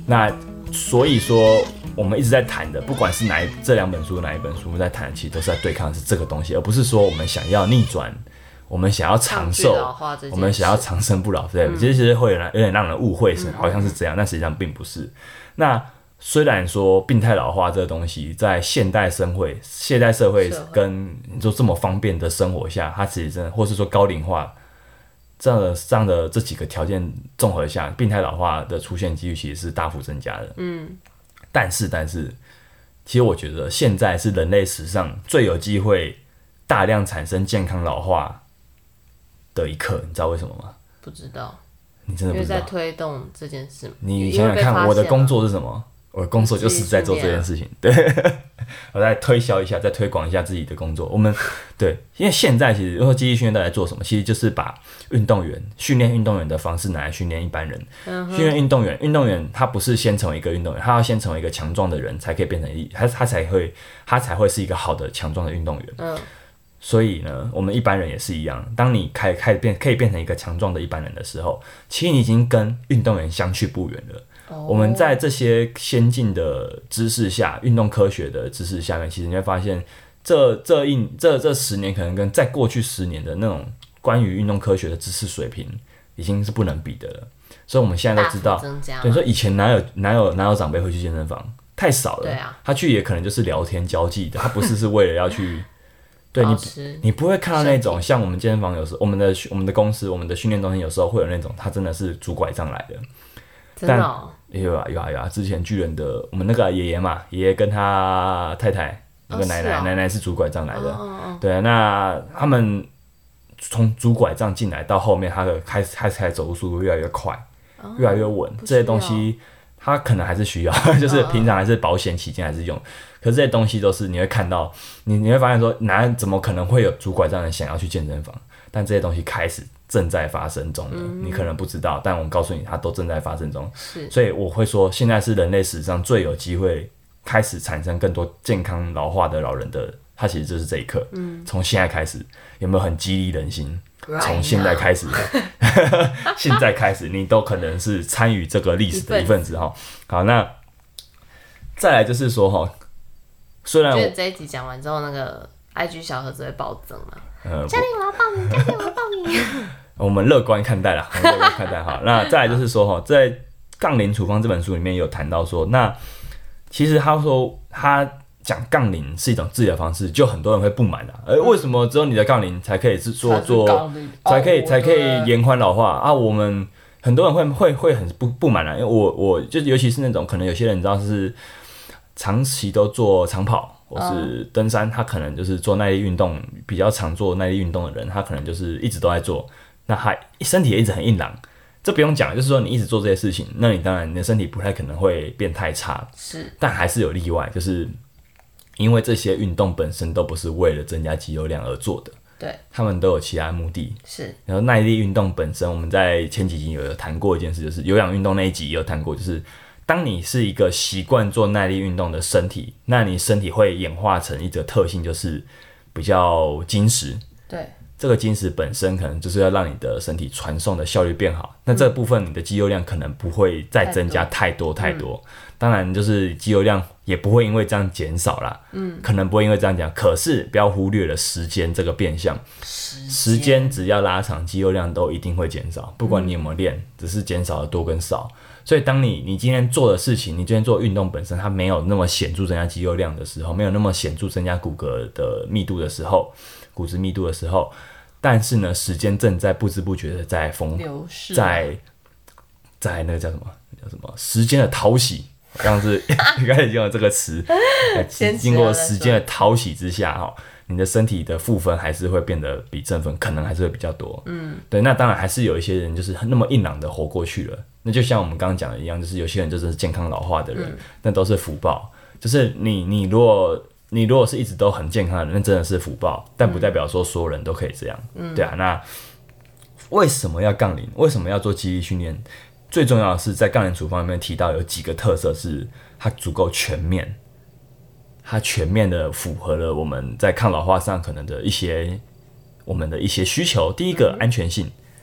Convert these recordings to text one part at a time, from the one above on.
那所以说，我们一直在谈的，不管是这2本书哪一本书在谈的，其实都是在对抗的是这个东西，而不是说我们想要逆转，我们想要长寿，我们想要长生不老，对，其实会有点让人误会，好像是这样，但实际上并不是。那虽然说病态老化这个东西在现代社会跟你说这么方便的生活下，它其实真的，或是说高龄化这样的这几个条件综合下，病态老化的出现几率其实是大幅增加的。但是，其实我觉得现在是人类史上最有机会大量产生健康老化的一刻，你知道为什么吗？ 不知道。 你真的不知道？ 因为在推动这件事。 你想想看，我的工作是什么？我的工作就是在做这件事情，对，我在推销一下，再推广一下自己的工作。对，因为现在其实说肌力训练到底在做什么，其实就是把训练运动员的方式拿来训练一般人。训练运动员他不是先成为一个运动员，他要先成为一个强壮的人，才可以变成他才会是一个好的强壮的运动员。所以呢，我们一般人也是一样，当你可以变成一个强壮的一般人的时候，其实你已经跟运动员相去不远了。我们在这些先进的知识下，运动科学的知识下面，其实你会发现这10年可能跟在过去10年的那种关于运动科学的知识水平已经是不能比的了。所以我们现在都知道，对，所以以前哪有长辈会去健身房，太少了。 对啊， 他去也可能就是聊天交际的，他不是为了要去。对你不会看到那种像我们健身房有时候我们的公司我们的训练中心有时候会有那种他真的是拄拐杖来的。 真的哦？ 有啊！之前巨人的我们那个爷爷跟他太太那个奶奶是拄拐杖来的。对，那他们从拄拐杖进来到后面，他的开始走路速度越来越快，越来越稳。这些东西他可能还是需要，就是平常还是保险起见还是用。可是这些东西都是你会看到，你会发现说，怎么可能会有拄拐杖的人想要去健身房？但这些东西正在发生中的，你可能不知道，但我告诉你，它都正在发生中。所以我会说，现在是人类史上最有机会开始产生更多健康老化的老人的，它其实就是这一刻。从现在开始，有没有很激励人心？从现在开始，现在开始，你都可能是参与这个历史的一份子哈。好，那再来就是说哈，虽然我觉得这一集讲完之后，那个 IG 小盒子会暴增嘛？教练我要报名，教练我要报名。 我们乐观看待啦，好。那再来就是说哈，在《杠铃处方》这本书里面有谈到说，那其实他说他讲杠铃是一种治疗方式，就很多人会不满啦。为什么只有你的杠铃才可以做才可以延缓老化啊？我们很多人会很不满啦，因为我就是尤其是那种可能有些人你知道是长期都做长跑。或是登山，他可能就是做耐力运动，比较常做耐力运动的人，他可能就是一直都在做，那他身体也一直很硬朗。这不用讲，就是说你一直做这些事情，那你当然你的身体不太可能会变太差，但还是有例外，就是因为这些运动本身都不是为了增加肌肉量而做的，对，他们都有其他目的。然后耐力运动本身，我们在前几集有谈过一件事，就是有氧运动那一集也有谈过，就是当你是一个习惯做耐力运动的身体，那你身体会演化成一个特性，就是比较精实。对，这个精实本身可能就是要让你的身体传送的效率变好。那这部分你的肌肉量可能不会再增加太多。当然，就是肌肉量也不会因为这样减少啦。可能不会因为这样讲。可是不要忽略了时间这个变项。时间只要拉长，肌肉量都一定会减少，不管你有没有练，只是减少的多跟少。所以当你今天做的事情，你今天做运动本身它没有那么显著增加肌肉量的时候，没有那么显著增加骨骼的密度的时候，骨质密度的时候，但是呢，时间正在不知不觉的在流逝，在那个叫什么时间的淘洗，刚刚是一开始用了这个词，经过时间的淘洗之下哈。你的身体的负分还是会变得比正分可能还是会比较多。对，那当然还是有一些人就是那么硬朗的活过去了。那就像我们刚刚讲的一样，就是有些人就是健康老化的人，那都是福报。就是你如果是一直都很健康的人，那真的是福报，但不代表说所有人都可以这样。对啊，那为什么要杠铃？为什么要做肌力训练？最重要的是在杠铃处方里面提到有几个特色是它足够全面。它全面的符合了我们在抗老化上可能的我们的一些需求。第一个，安全性。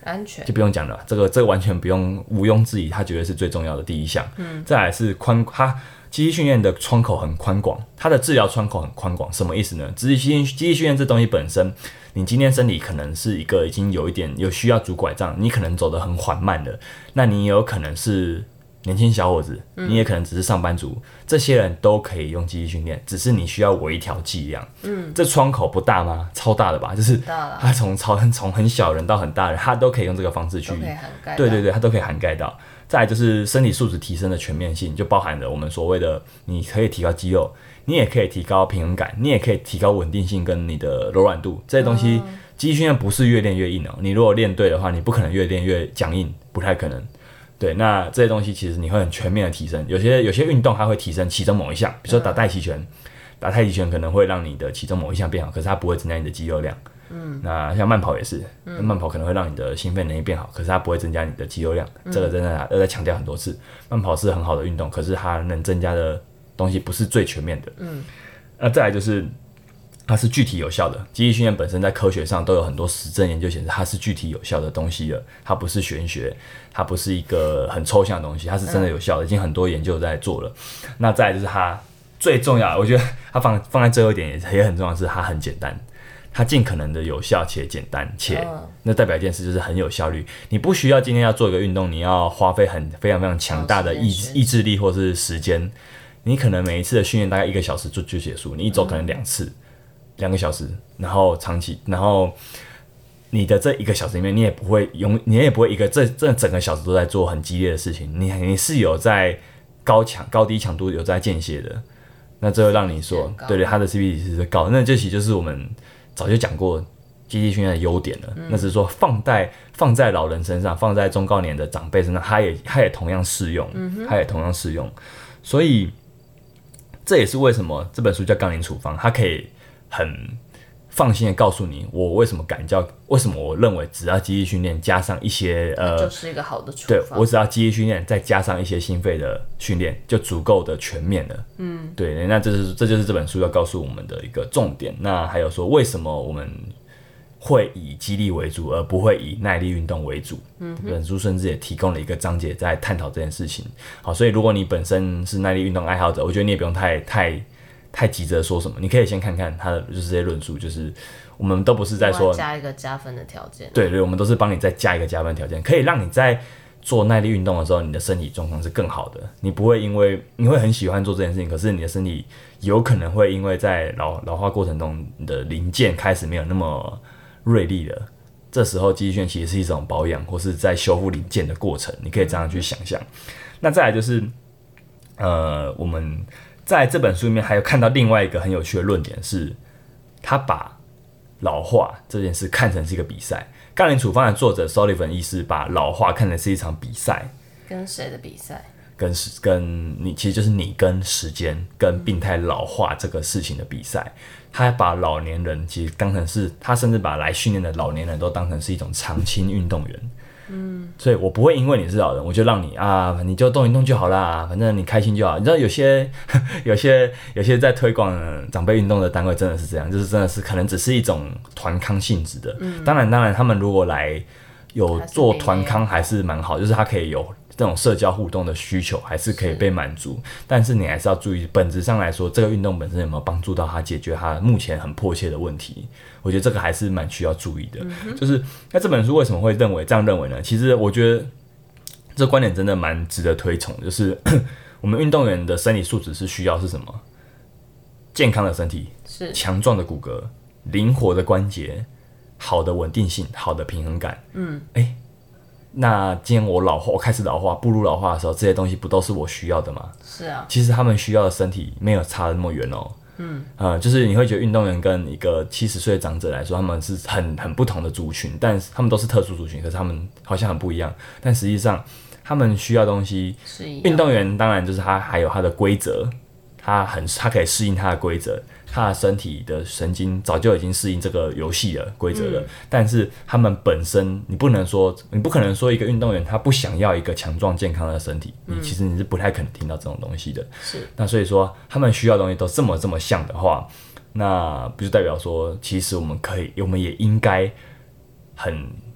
安全就不用讲了，这个完全不用毋庸置疑，它绝对是最重要的第一项。再来是它机器训练的窗口很宽广，它的治疗窗口很宽广，什么意思呢？机器训练这东西本身，你今天身体可能是一个已经有一点有需要拄拐杖，你可能走得很缓慢的，那你也有可能是年轻小伙子，你也可能只是上班族，这些人都可以用机器训练，只是你需要微调剂量。这窗口不大吗？超大的吧，就是他从很小人到很大人，他都可以用这个方式去，对，他都可以涵盖到。再来就是身体素质提升的全面性，就包含了我们所谓的，你可以提高肌肉，你也可以提高平衡感，你也可以提高稳定性跟你的柔软度。这些东西，机器训练不是越练越硬哦。你如果练对的话，你不可能越练越僵硬，不太可能。对，那这些东西其实你会很全面的提升。有些运动它会提升其中某一项，比如说打太极拳，打太极拳可能会让你的其中某一项变好，可是它不会增加你的肌肉量。那像慢跑也是，慢跑可能会让你的心肺能力变好，可是它不会增加你的肌肉量。这个真的要再强调很多次，慢跑是很好的运动，可是它能增加的东西不是最全面的。那再来就是它是具体有效的，机器训练本身在科学上都有很多实证研究显示它是具体有效的东西了，它不是玄学，它不是一个很抽象的东西，它是真的有效的，已经很多研究在做了。那再来就是它最重要的，我觉得它放在最后一点也很重要的是它很简单，它尽可能的有效且简单，且那代表一件事就是很有效率。你不需要今天要做一个运动，你要花费非常非常强大的意志力或是时间，你可能每一次的训练大概1个小时就结束，你一周可能2次。2个小时，然后长期，然后你的这1个小时里面，你也不会这整个小时都在做很激烈的事情，你是有在高低强度有在间歇的，那这会让你说，对，它的 CP 值是高，那这其实就是我们早就讲过机器训练的优点了，那只是说放在老人身上，放在中高年的长辈身上，它也同样适用，所以这也是为什么这本书叫《杠铃处方》，它可以很放心的告诉你，我为什么我认为只要机器训练加上一些就是一个好的处方。 对，我只要机器训练再加上一些心肺的训练，就足够的全面了。对，那这就是这本书要告诉我们的一个重点。那还有说为什么我们会以肌力为主，而不会以耐力运动为主。这本书甚至也提供了一个章节在探讨这件事情。好，所以如果你本身是耐力运动爱好者，我觉得你也不用太急着说什么，你可以先看看他的就是这些论述，就是我们都不是在说加一个加分的条件， 对，我们都是帮你再加一个加分条件，可以让你在做耐力运动的时候，你的身体状况是更好的。你不会因为你会很喜欢做这件事情，可是你的身体有可能会因为在老化过程中，你的零件开始没有那么锐利了。这时候机器训练其实是一种保养或是在修复零件的过程，你可以这样去想象。那再来就是我们在这本书里面还有看到另外一个很有趣的论点是，他把老化这件事看成是一个比赛。杠铃处方的作者 Sullivan 医师把老化看成是一场比赛。 跟谁的比赛？ 跟你，其实就是你跟时间跟病态老化这个事情的比赛。他把老年人其实当成是，他甚至把来训练的老年人都当成是一种长青运动员。所以我不会因为你是老人，我就让你你就动一动就好啦，反正你开心就好。你知道有些在推广长辈运动的单位真的是这样，就是真的是可能只是一种团康性质的。当然他们如果来有做团康还是蛮好，就是他可以有这种社交互动的需求还是可以被满足，但是你还是要注意本质上来说，这个运动本身有没有帮助到他解决他目前很迫切的问题。我觉得这个还是蛮需要注意的。就是那这本书为什么会这样认为呢？其实我觉得这观点真的蛮值得推崇，就是我们运动员的生理素质是需要是什么？健康的身体，强壮的骨骼，灵活的关节，好的稳定性，好的平衡感。那今天我开始老化，步入老化的时候，这些东西不都是我需要的吗？ 是啊。 其实他们需要的身体没有差得那么远哦。就是你会觉得运动员跟一个70岁的长者来说，他们是很不同的族群，但是他们都是特殊族群，可是他们好像很不一样。但实际上，他们需要的东西，运动员当然就是他还有他的规则，他可以适应他的规则。他的身体的神经早就已经适应这个游戏的规则了，但是他们本身你不可能说一个运动员他不想要一个强壮健康的身体，其实你是不太可能听到这种东西的。那所以说他们需要的东西都这么像的话，那不就代表说其实我们也应该很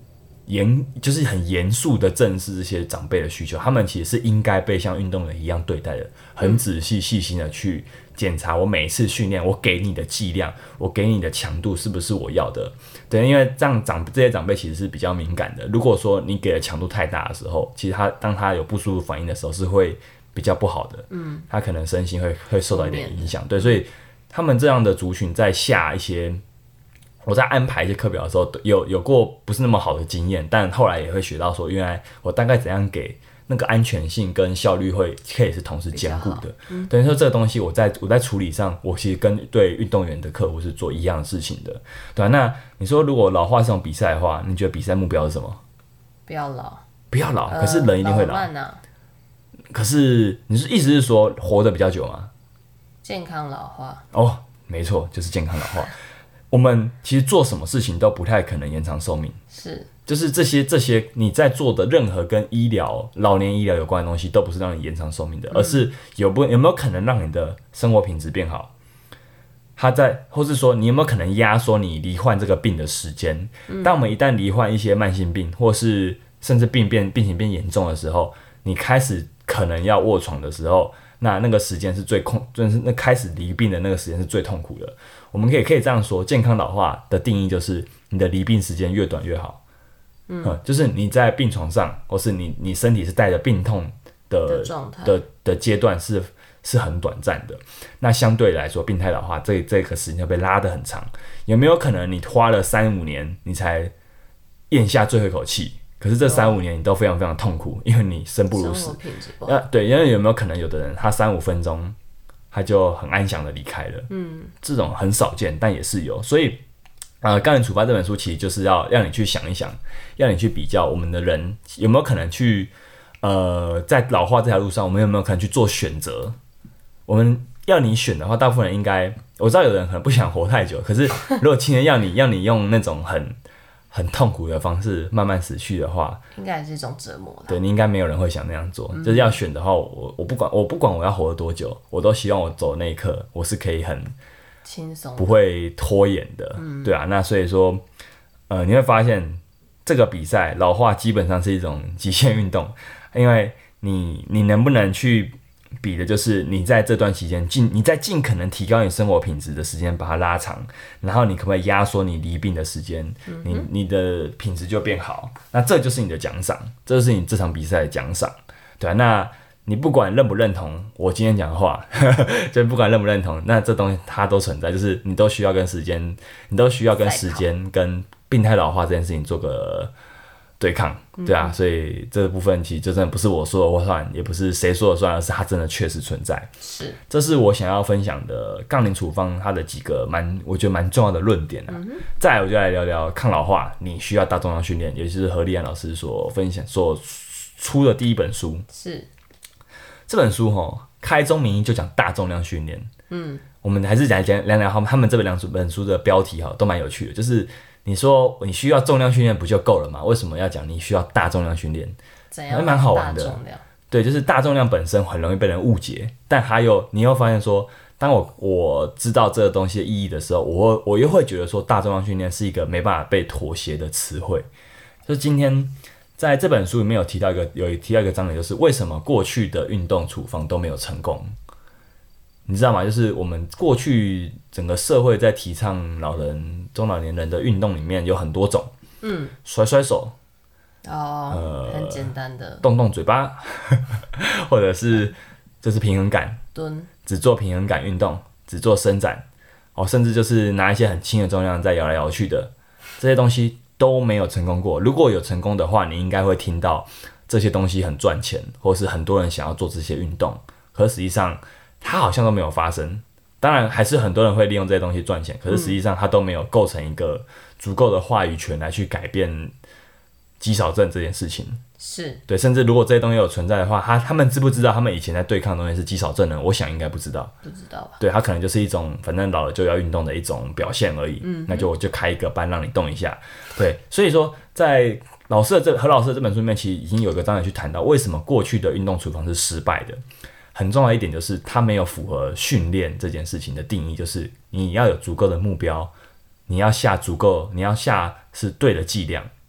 就是很严肃的正视这些长辈的需求，他们其实是应该被像运动员一样对待的，很仔细细心的去检查我每一次训练，我给你的剂量，我给你的强度是不是我要的。对，因为这些长辈其实是比较敏感的，如果说你给的强度太大的时候，其实当他有不舒服反应的时候是会比较不好的，他可能身心会受到一点影响。对，所以他们这样的族群在下一些，我在安排一些课表的时候，有过不是那么好的经验，但后来也会学到说，原来我大概怎样给那个安全性跟效率可以是同时兼顾的。等于说这个东西我在处理上，我其实跟对运动员的客户是做一样的事情的，对啊。那你说如果老化这种比赛的话，你觉得比赛目标是什么？ 不要老， 不要老，可是人一定会老。可是你是意思是说活得比较久吗？ 健康老化。 哦，没错，就是健康老化。我们其实做什么事情都不太可能延长寿命，就是这些你在做的任何跟老年医疗有关的东西，都不是让你延长寿命的，而是有没有可能让你的生活品质变好？或是说你有没有可能压缩你罹患这个病的时间？当我们一旦罹患一些慢性病，或是甚至病情变严重的时候，你开始可能要卧床的时候，那个时间是就是那开始罹病的那个时间是最痛苦的。我们可以这样说，健康老化的定义就是你的罹病时间越短越好。就是你在病床上，或是你身体是带着病痛的状态的阶段是很短暂的。那相对来说，病态老化这个时间被拉得很长。有没有可能你花了3-5年，你才咽下最后一口气？可是这3-5年你都非常非常痛苦，因为你生不如死。对，因为有没有可能有的人他3-5分钟他就很安详的离开了？这种很少见，但也是有。所以杠铃处罚这本书其实就是要让你去想一想，要你去比较我们的人有没有可能去在老化这条路上，我们有没有可能去做选择？我们要你选的话，大部分人应该，我知道有人可能不想活太久，可是如果今天要你用那种很痛苦的方式慢慢死去的话， 应该是一种折磨。 对，你应该没有人会想那样做。就是要选的话，我不管我要活得多久，我都希望我走的那一刻，我是可以很轻松， 不会拖延的。对啊，那所以说，你会发现这个比赛老化基本上是一种极限运动，因为你能不能去比的就是你在这段期间你在尽可能提高你生活品质的时间把它拉长，然后你可不可以压缩你离病的时间，你的品质就变好，那这就是你的奖赏，这就是你这场比赛的奖赏，对啊。那你不管认不认同我今天讲的话，就不管认不认同，那这东西它都存在，就是你都需要跟时间跟病态老化这件事情做个对抗，对啊，所以这个部分其实就真的不是我说了算，也不是谁说了算，而是它真的确实存在。这是我想要分享的杠铃处方它的几个我觉得蛮重要的论点啊。再来我就来聊聊抗老化，你需要大重量训练，也就是何立安老师所出的第一本书。这本书开宗明义就讲大重量训练。我们还是聊聊他们这两本书的标题都蛮有趣的，就是你说你需要重量训练不就够了吗？为什么要讲你需要大重量训练？还蛮好玩的。对，就是大重量本身很容易被人误解，但你又发现说，当我知道这个东西的意义的时候，我又会觉得说大重量训练是一个没办法被妥协的词汇。就是今天在这本书里面有提到一个章节，就是为什么过去的运动处方都没有成功。你知道吗？就是我们过去整个社会在提倡中老年人的运动里面有很多种，甩手， 很简单的动嘴巴，或者是就是平衡感， 蹲， 只做平衡感运动，只做伸展，甚至就是拿一些很轻的重量在摇来摇去的，这些东西都没有成功过。如果有成功的话，你应该会听到这些东西很赚钱，或是很多人想要做这些运动，可实际上它好像都没有发生。当然还是很多人会利用这些东西赚钱，可是实际上它都没有构成一个足够的话语权来去改变肌少症这件事情。对，甚至如果这些东西有存在的话，他们知不知道他们以前在对抗的东西是肌少症呢？我想应该不知道。 不知道吧？ 对，它可能就是一种反正老了就要运动的一种表现而已。那我就开一个班让你动一下。对，所以说在何老师的这本书里面，其实已经有一个章节去谈到为什么过去的运动处方是失败的。很重要的一点就是它没有符合训练这件事情的定义，就是你要有足够的目标，你要下是对的剂量，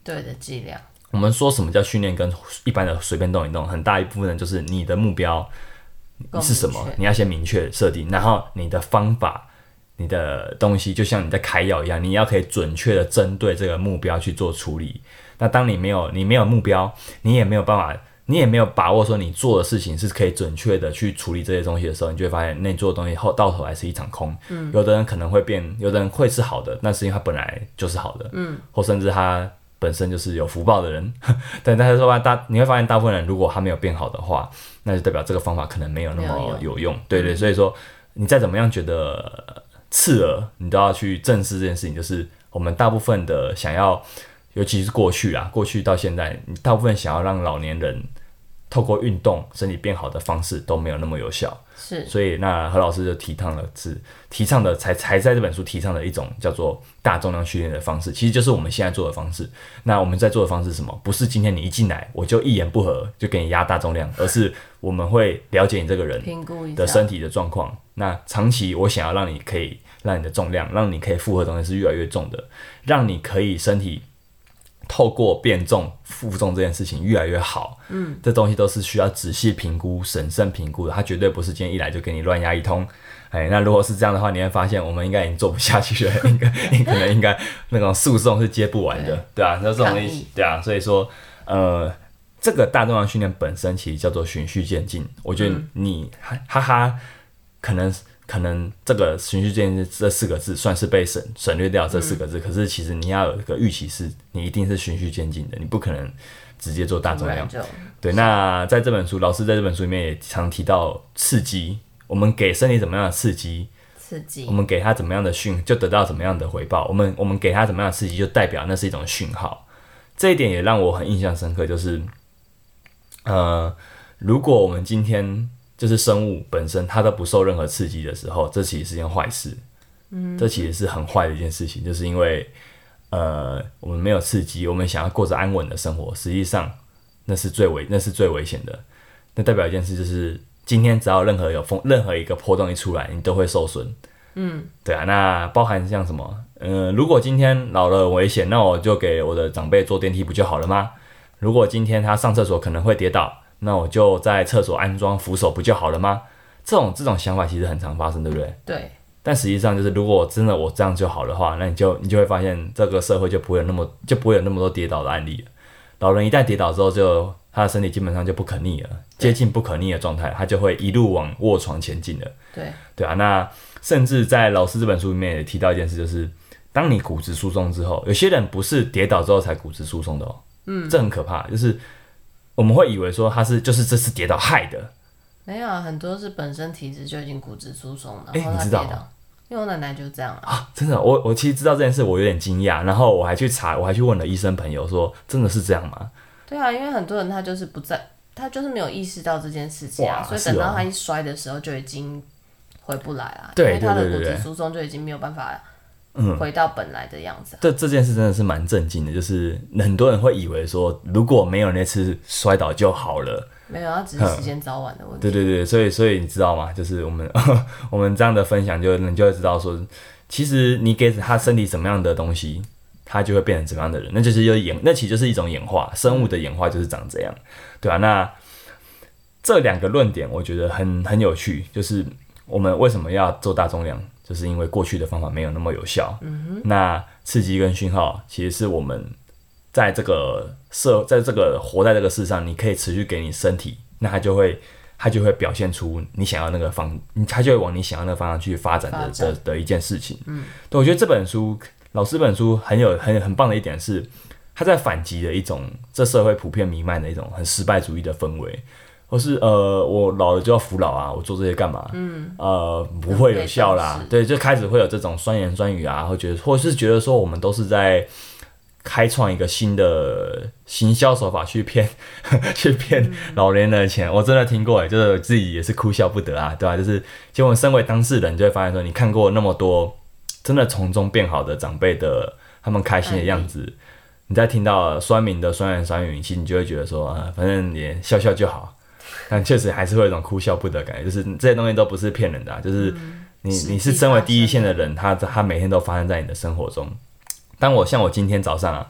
对的剂量。 我们说什么叫训练跟一般的随便动一动，很大一部分就是你的目标是什么，你要先明确设定，然后你的方法、你的东西，就像你在开药一样，你要可以准确的针对这个目标去做处理。那当你没有目标，你也没有办法，你也没有把握说你做的事情是可以准确的去处理这些东西的时候，你就会发现那你做的东西到头来是一场空。有的人可能会变，有的人会是好的，那是因为他本来就是好的，或甚至他本身就是有福报的人，但是说你会发现大部分人如果他没有变好的话，那就代表这个方法可能没有那么有用。对，所以说你再怎么样觉得刺耳，你都要去正视这件事情，就是我们大部分的想要，尤其是过去到现在，你大部分想要让老年人透过运动身体变好的方式都没有那么有效。 是， 所以那何老师就提倡的才在这本书提倡的一种叫做大重量训练的方式，其实就是我们现在做的方式。那我们在做的方式是什么？不是今天你一进来我就一言不合就给你压大重量，而是我们会了解你这个人的身体的状况。那长期我想要让你的重量，让你可以负荷的东西是越来越重的，让你可以身体透过变重、负重这件事情越来越好，这东西都是需要仔细评估、审慎评估的。它绝对不是今天一来就给你乱压一通。那如果是这样的话，你会发现我们应该已经做不下去了，应该那种诉讼是接不完的，对啊，那这种东西，对啊，所以说，这个大重量训练本身其实叫做循序渐进。我觉得你可能这个循序渐进这4个字算是被省略掉这4个字，可是其实你要有一个预期是，你一定是循序渐进的，你不可能直接做大重量。对，那在这本书，老师在这本书里面也常提到刺激，我们给身体怎么样的刺激，我们给他怎么样的就得到怎么样的回报。我们给他怎么样的刺激，就代表那是一种讯号。这一点也让我很印象深刻，就是如果我们今天就是生物本身它都不受任何刺激的时候，这其实是件坏事。这其实是很坏的一件事情，就是因为我们没有刺激，我们想要过着安稳的生活，实际上那是最危险的。那代表一件事就是，今天只要任何一个波动一出来，你都会受损。对啊，那包含像什么？如果今天老了很危险，那我就给我的长辈坐电梯不就好了吗？如果今天他上厕所可能会跌倒，那我就在厕所安装扶手不就好了吗？这种想法其实很常发生，对不对？ 对。 但实际上就是，如果真的我这样就好的话，那你就会发现这个社会就不会有那么多跌倒的案例了。老人一旦跌倒之后，他的身体基本上就不可逆了，接近不可逆的状态，他就会一路往卧床前进了。对啊，那甚至在老师这本书里面也提到一件事，就是当你骨质疏松之后，有些人不是跌倒之后才骨质疏松的哦。这很可怕，就是我们会以为说就是这次跌倒害的， 没有，很多是本身体质就已经骨质疏松了， 然后他跌倒。 因为我奶奶就这样啊，真的，我其实知道这件事，我有点惊讶，然后我还去问了医生朋友说，真的是这样吗？ 对啊，因为很多人他就是没有意识到这件事情啊，所以等到他一摔的时候就已经回不来了，因为他的骨质疏松就已经没有办法回到本来的样子。 这件事真的是蛮震惊的，就是很多人会以为说，如果没有那次摔倒就好了。 没有，它只是时间早晚的问题。 对，所以你知道吗？就是我们这样的分享，你就会知道说，其实你给他身体什么样的东西，他就会变成怎么样的人。那其实就是一种演化，生物的演化就是长这样，对吧？那这2个论点我觉得很有趣，就是我们为什么要做大重量，就是因为过去的方法没有那么有效。那刺激跟讯号其实是我们在这个活在这个世上，你可以持续给你身体，那它就会表现出你想要那个它就会往你想要那个方向去发展的一件事情。对，我觉得老师这本书很棒的一点是，他在反击的一种这社会普遍弥漫的一种很失败主义的氛围，或是我老了就要服老啊，我做这些干嘛？不会有效啦。对，就开始会有这种酸言酸语啊，或是觉得说我们都是在开创一个新的行销手法去骗老年人的钱。我真的听过，就是我自己也是哭笑不得啊，对吧？就是结果身为当事人，就会发现说，你看过那么多真的从中变好的长辈的他们开心的样子，你再听到酸民的酸言酸语，其实你就会觉得说，反正也笑笑就好。但确实还是会有一种哭笑不得感觉，就是这些东西都不是骗人的啊，就是你是身为第一线的人，他每天都发生在你的生活中。像我今天早上啊，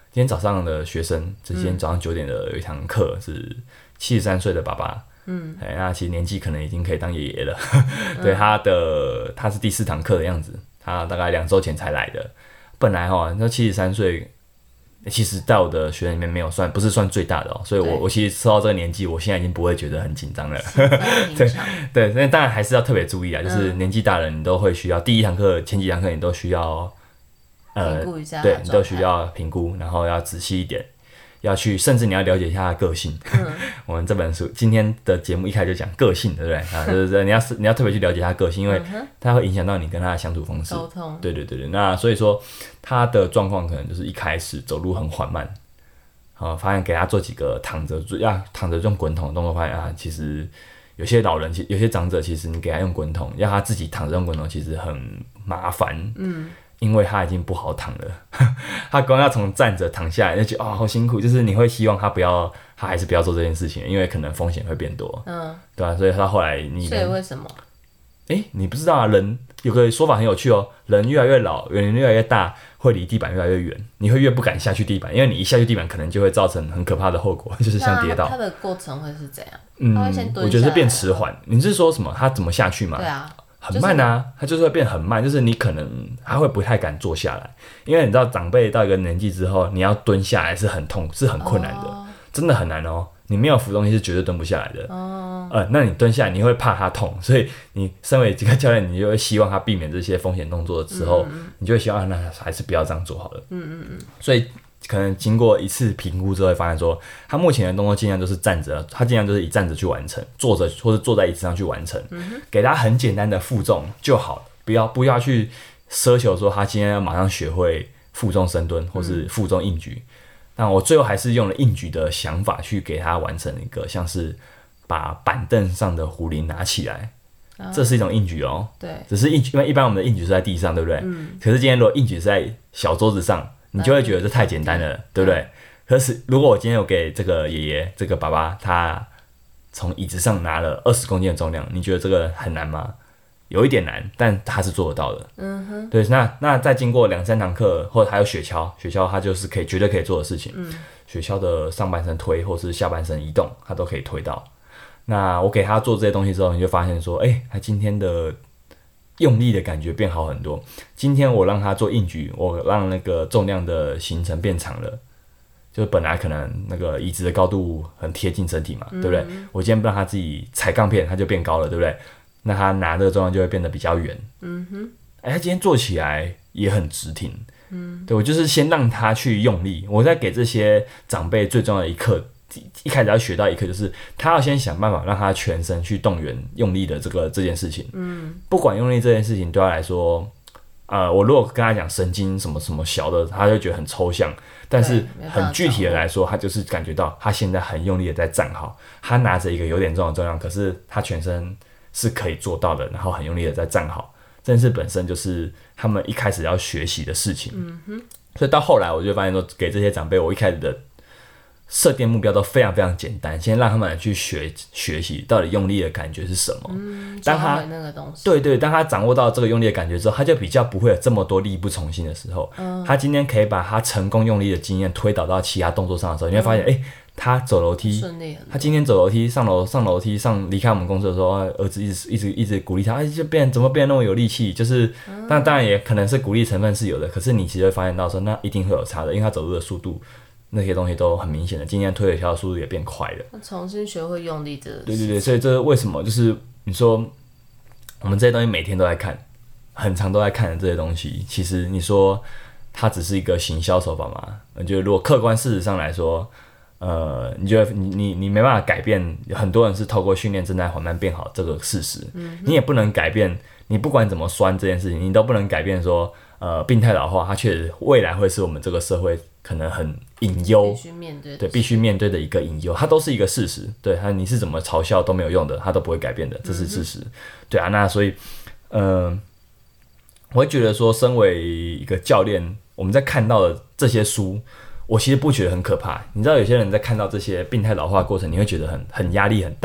今天早上的学生，今天早上9点的有一堂课是73岁的爸爸，那其实年纪可能已经可以当爷爷了，对，他是第4堂课的样子，他大概2周前才来的，本来那73岁。其实在我的学生里面不是算最大的所以我其实说到这个年纪，我现在已经不会觉得很紧张了。对，那当然还是要特别注意啊，就是年纪大了，你都会需要第一堂课、前几堂课你都需要评估一下， 对你都需要评估，然后要仔细一点，甚至你要了解一下他的个性。我们这本书今天的节目一开始就讲个性，对不对啊？就是你要特别去了解他的个性，因为它会影响到你跟他的相处方式。 沟通。 对。那所以说他的状况可能就是一开始走路很缓慢，发现给他做几个躺着这种滚筒的动作，发现啊，其实有些老人，有些长者，其实你给他用滚筒，要他自己躺着用滚筒，其实很麻烦。因为他已经不好躺了，他光要从站着躺下来就觉得好辛苦，就是你会希望他还是不要做这件事情，因为可能风险会变多，对吧？所以他后来所以为什么？ 你不知道啊？人有个说法很有趣人越来越老，人越来越大，会离地板越来越远，你会越不敢下去地板，因为你一下去地板，可能就会造成很可怕的后果，就是像跌倒。 它的过程会是怎样？他会先蹲下来。 我觉得是变迟缓。你是说什么？他怎么下去吗？ 对啊。 很慢啊，它就是会变很慢，就是你可能还会不太敢坐下来，因为你知道长辈到一个年纪之后，你要蹲下来是很痛，是很困难的，真的很难你没有扶东西是绝对蹲不下来的。那你蹲下来，你会怕它痛，所以你身为这个教练，你就会希望他避免这些风险动作的时候，你就会希望那还是不要这样做好了。所以可能经过一次评估之后，会发现说，他目前的动作尽量都是站着，他尽量就是以站着去完成，坐着或者坐在椅子上去完成，给他很简单的负重就好了，不要去奢求说他今天要马上学会负重深蹲或是负重硬举。那我最后还是用了硬举的想法去给他完成一个像是把板凳上的壶铃拿起来，这是一种硬举对， 只是硬举，因为一般我们的硬举是在地上，对不对？可是今天如果硬举是在小桌子上，你就会觉得这太简单了，对不对？可是如果我今天有给这个爷爷、这个爸爸，他从椅子上拿了20公斤的重量，你觉得这个很难吗？有一点难，但他是做得到的。对，那再经过2-3堂课，或者还有雪橇，它就是绝对可以做的事情。雪橇的上半身推或是下半身移动，他都可以推到。那我给他做这些东西之后，你就发现说，他今天的用力的感觉变好很多。今天我让他做硬举，我让那个重量的行程变长了，就本来可能那个椅子的高度很贴近身体嘛，对不对？我今天让他自己踩杠片，他就变高了，对不对？那他拿这个重量就会变得比较远。他今天做起来也很直挺。对，我就是先让他去用力，我在给这些长辈最重要的一课。一开始要学到一课，就是他要先想办法让他全身去动员用力的这件事情。不管用力这件事情对他来说，我如果跟他讲神经什么什么小的，他就觉得很抽象。但是很具体的来说，他就是感觉到他现在很用力的在站好，他拿着一个有点重的重量，可是他全身是可以做到的，然后很用力的在站好。这件事本身就是他们一开始要学习的事情。所以到后来我就发现说，给这些长辈，我一开始的设定目标都非常非常简单，先让他们去学习到底用力的感觉是什么。当他那个东西， 对，当他掌握到这个用力的感觉之后，他就比较不会有这么多力不从心的时候。他今天可以把他成功用力的经验推导到其他动作上的时候，你会发现，他走楼梯，他今天走楼梯上楼梯离开我们公司的时候，儿子一直鼓励他，就怎么变得那么有力气？就是，当然也可能是鼓励成分是有的，可是你其实会发现到说，那一定会有差的，因为他走路的速度。那些东西都很明显的，今天推雪橇的速度也变快了。 重新学会用力的。 对，所以这是为什么？就是你说我们这些东西每天都在看，很常都在看的这些东西，其实你说它只是一个行销手法嘛？我觉得如果客观事实上来说，你觉得你没办法改变，很多人是透过训练正在缓慢变好这个事实，你也不能改变，你不管怎么酸这件事情，你都不能改变说，病态老化它确实未来会是我们这个社会可能很隐忧，必须面对的一个隐忧，它都是一个事实。对，你是怎么嘲笑都没有用的，它都不会改变的，这是事实。对啊，那所以，我会觉得说，身为一个教练，我们在看到的这些书，我其实不觉得很可怕。你知道，有些人在看到这些病态老化的过程，你会觉得很压力很大，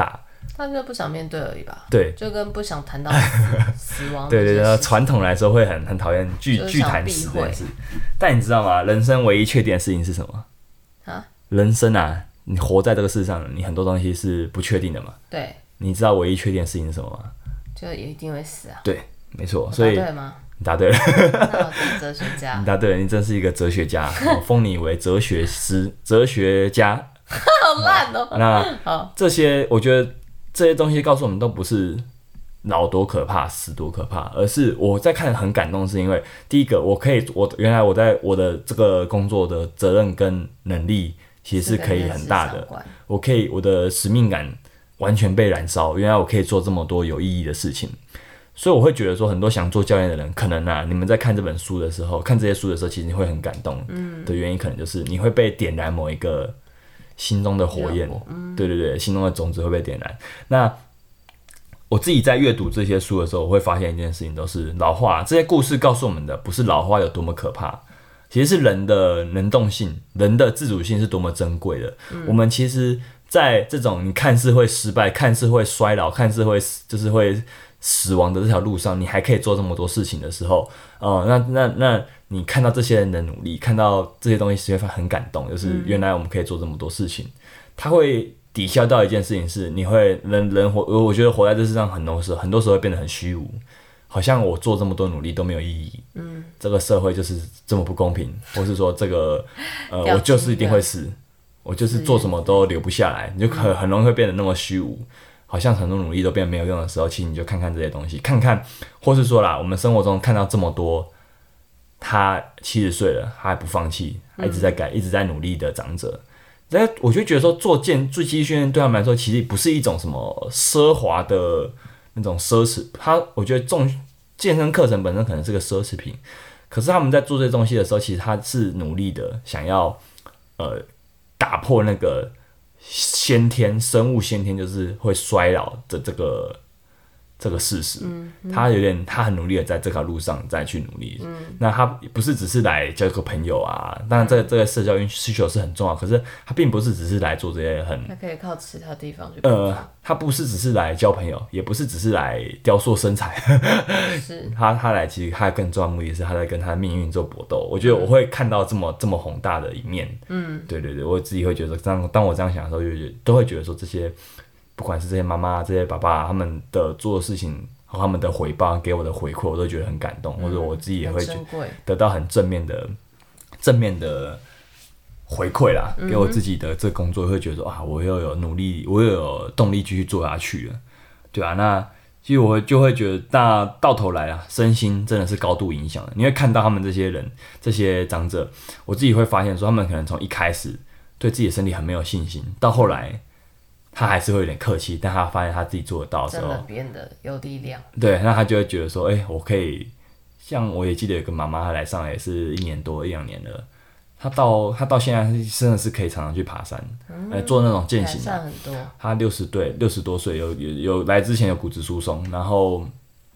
他就不想面对而已吧。 对， 就跟不想谈到死亡。 对对对，传统来说会很讨厌巨谈死这件事。但你知道吗？人生唯一确定的事情是什么？啊？人生啊，你活在这个世上，你很多东西是不确定的嘛。 对。 你知道唯一确定的事情是什么吗？ 就也一定会死啊。 对，没错。所以答对吗？ 你答对了。 那我是哲学家。 你答对了，你真是一个哲学家，封你为哲学家。 好烂哦。 那这些，我觉得这些东西告诉我们，都不是老多可怕，死多可怕，而是我在看很感动，是因为第一个，原来我在我的这个工作的责任跟能力其实是可以很大的，我的使命感完全被燃烧，原来我可以做这么多有意义的事情。所以我会觉得说，很多想做教练的人，可能你们在看这本书的时候，看这些书的时候，其实你会很感动的原因，可能就是你会被点燃某一个心中的火焰，对对对，心中的种子会被点燃。那我自己在阅读这些书的时候，我会发现一件事情，都是老化。这些故事告诉我们的，不是老化有多么可怕，其实是人的能动性、人的自主性是多么珍贵的。我们其实，在这种你看似会失败、看似会衰老、看似会死亡的这条路上，你还可以做这么多事情的时候，那你看到这些人的努力，看到这些东西，是会很感动。就是原来我们可以做这么多事情，它会抵消到一件事情是，你会人活，我觉得活在这世上很多时候会变得很虚无，好像我做这么多努力都没有意义。这个社会就是这么不公平，或是说这个我就是一定会死，我就是做什么都留不下来，你就很容易会变得那么虚无。好像很多努力都变得没有用的时候，其实你就看看这些东西，看看，或是说啦，我们生活中看到这么多，他70岁了，他还不放弃，他一直在改，一直在努力的长者，我就觉得说做肌力训练对他们来说，其实不是一种什么奢华的那种奢侈，我觉得健身课程本身可能是个奢侈品，可是他们在做这些东西的时候，其实他是努力的，想要打破那个生物先天就是会衰老的这个事实。他很努力的在这条路上再去努力。那他不是只是来交个朋友啊，当然这个社交需求是很重要，可是他并不是只是来做这些他可以靠其他地方去他不是只是来交朋友，也不是只是来雕塑身材。是他来，其实他更重要的目的是他在跟他的命运做搏斗。我觉得我会看到这么宏大的一面。对对对，我自己会觉得当我这样想的时候，都会觉得说，这些不管是这些妈妈、这些爸爸，他们的做的事情和他们的回报给我的回馈，我都觉得很感动，或者我自己也会得到很正面的回馈啦，给我自己的这个工作，会觉得说我又有努力，我又有动力继续做下去了，对啊。那其实我就会觉得，那到头来身心真的是高度影响的。你会看到他们这些人、这些长者，我自己会发现说，他们可能从一开始对自己的身体很没有信心，到后来他还是会有点客气，但他发现他自己做得到的时候， 真的变得有力量。 对，那他就会觉得说，我可以。像我也记得有个妈妈，她来上来也是1年多、1-2年了。她到现在真的是可以常常去爬山，做那种健行。她60多岁，有来之前有骨质疏松，然后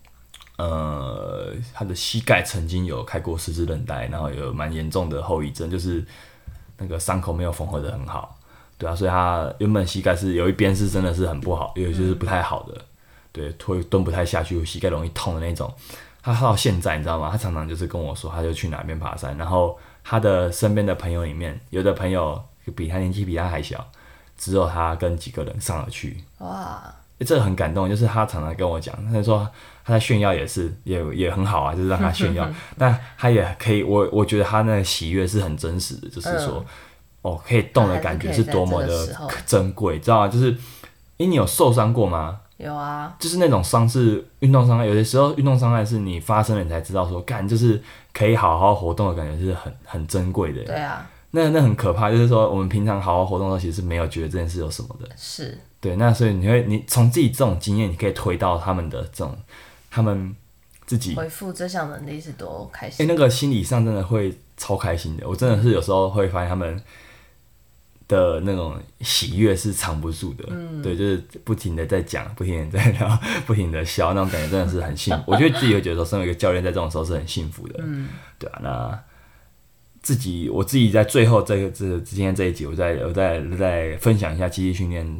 她的膝盖曾经有开过十字韧带，然后有蛮严重的后遗症，就是那个伤口没有缝合得很好，对啊，所以她原本膝盖是有一边是真的是很不好，有些是不太好的，对，会蹲不太下去，膝盖容易痛的那种。他到现在你知道吗？他常常就是跟我说，他就去哪边爬山，然后他的身边的朋友里面，有的朋友年纪比他还小，只有他跟几个人上了去。哇，这很感动，就是他常常跟我讲，他说他在炫耀也很好啊，就是让他炫耀，但他也可以，我觉得他那个喜悦是很真实的，就是说，可以动的感觉是多么的珍贵，知道吗？就是你有受伤过吗？ 有啊， 就是那种伤是运动伤害，有的时候运动伤害是你发生了你才知道说，就是可以好好活动的感觉是很珍贵的。 对啊， 那很可怕，就是说我们平常好好活动的时候，其实是没有觉得这件事有什么的。 是， 对，那所以你从自己这种经验，你可以推到他们的这种，他们自己恢复这项能力是多开心。 那个心理上真的会超开心的。我真的是有时候会发现他们的那种喜悦是藏不住的，对，就是不停的在讲，不停的在聊，不停的笑，那种感觉真的是很幸福。我觉得自己会觉得说，身为一个教练，在这种时候是很幸福的，对啊。那我自己在最后今天这一集，我再分享一下肌力训练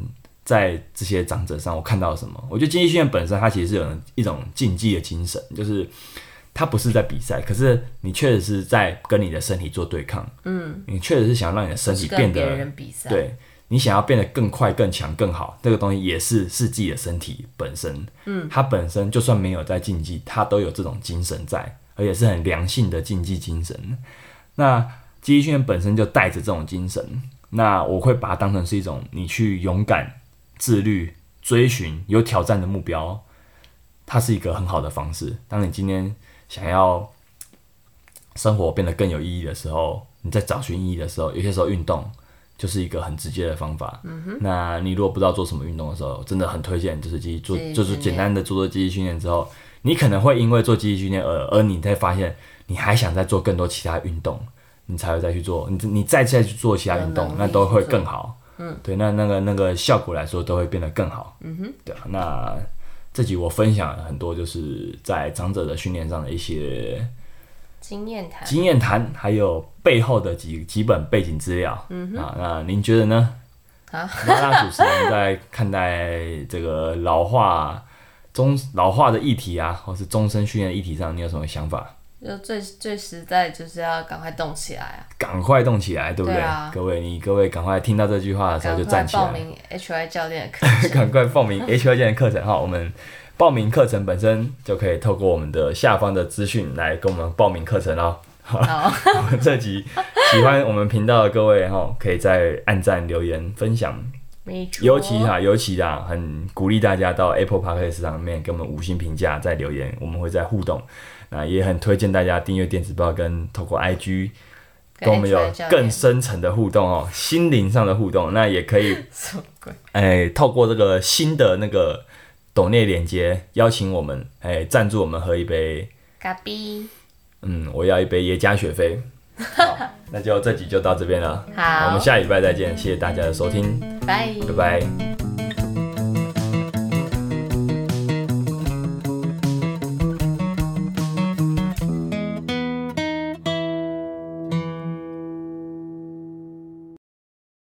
在这些长者上我看到了什么？我觉得竞技训练本身它其实是有一种竞技的精神，就是它不是在比赛，可是你确实是在跟你的身体做对抗。你确实是想让你的身体变得， 跟别人比赛， 对，你想要变得更快、更强、更好，这个东西也是自己的身体本身。它本身就算没有在竞技，它都有这种精神在，而且是很良性的竞技精神。那竞技训练本身就带着这种精神，那我会把它当成是一种你去勇敢、自律、追寻有挑战的目标，它是一个很好的方式。当你今天想要生活变得更有意义的时候，你在找寻意义的时候，有些时候运动就是一个很直接的方法。那你如果不知道做什么运动的时候，真的很推荐就是简单的做肌力训练之后，你可能会因为做肌力训练而你才发现你还想再做更多其他运动，你才会再去做，你再去做其他运动，那都会更好。对，那个效果来说都会变得更好。对啊，那这集我分享了很多，就是在长者的训练上的一些经验谈，还有背后的几本背景资料。那您觉得呢？那主持人在看待这个老化的议题啊，或是终身训练的议题上，你有什么想法？ 就最实在就是要赶快动起来啊！ 赶快动起来，对不对？各位赶快听到这句话的时候就站起来， 报名 HY 教练的课程， 赶快报名 HY 教练的课程哈！我们报名课程本身就可以透过我们的下方的资讯来跟我们报名课程哦。好，我们这集喜欢我们频道的各位哈，可以在按赞、留言、分享。尤其很鼓励大家到 Apple Podcast 上面给我们5星评价，再留言，我们会再互动。那也很推荐大家订阅电子报，跟透过 IG 跟我们有更深层的互动哦，心灵上的互动。那也可以，透过这个新的那个抖内连结，邀请我们，赞助我们喝一杯咖啡。 我要一杯耶加雪菲。好，那就这集就到这边了。 好， 我们下礼拜再见，谢谢大家的收听， 拜拜。